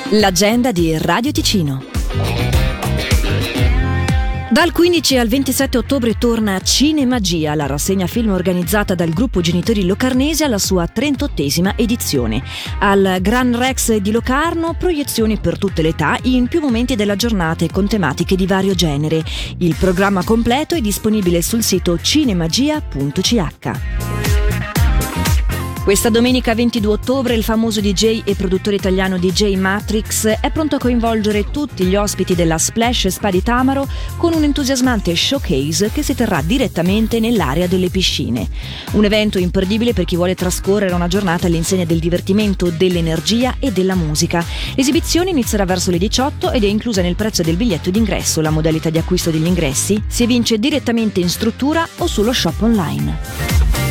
L'agenda di Radio Ticino. Dal 15 al 27 ottobre torna Cinemagia, la rassegna film organizzata dal gruppo Genitori Locarnesi alla sua 38esima edizione. Al Gran Rex di Locarno, proiezioni per tutte le età in più momenti della giornata e con tematiche di vario genere. Il programma completo è disponibile sul sito cinemagia.ch. Questa domenica 22 ottobre il famoso DJ e produttore italiano DJ Matrix è pronto a coinvolgere tutti gli ospiti della Splash Spa di Tamaro con un entusiasmante showcase che si terrà direttamente nell'area delle piscine. Un evento imperdibile per chi vuole trascorrere una giornata all'insegna del divertimento, dell'energia e della musica. L'esibizione inizierà verso le 18 ed è inclusa nel prezzo del biglietto d'ingresso. La modalità di acquisto degli ingressi si evince direttamente in struttura o sullo shop online.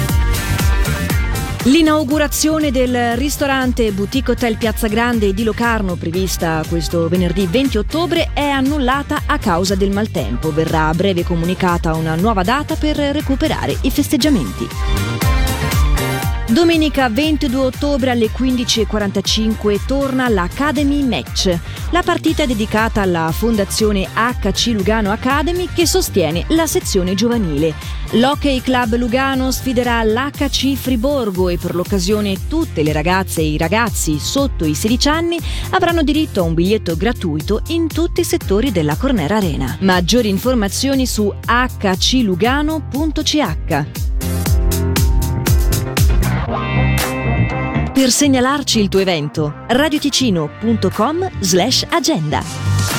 L'inaugurazione del ristorante Boutique Hotel Piazza Grande di Locarno, prevista questo venerdì 20 ottobre, è annullata a causa del maltempo. Verrà a breve comunicata una nuova data per recuperare i festeggiamenti. Domenica 22 ottobre alle 15:45 torna l'Academy Match. La partita è dedicata alla Fondazione HC Lugano Academy che sostiene la sezione giovanile. L'Hockey Club Lugano sfiderà l'HC Friborgo e per l'occasione tutte le ragazze e i ragazzi sotto i 16 anni avranno diritto a un biglietto gratuito in tutti i settori della Corner Arena. Maggiori informazioni su hclugano.ch. Per segnalarci il tuo evento, radioticino.com/agenda.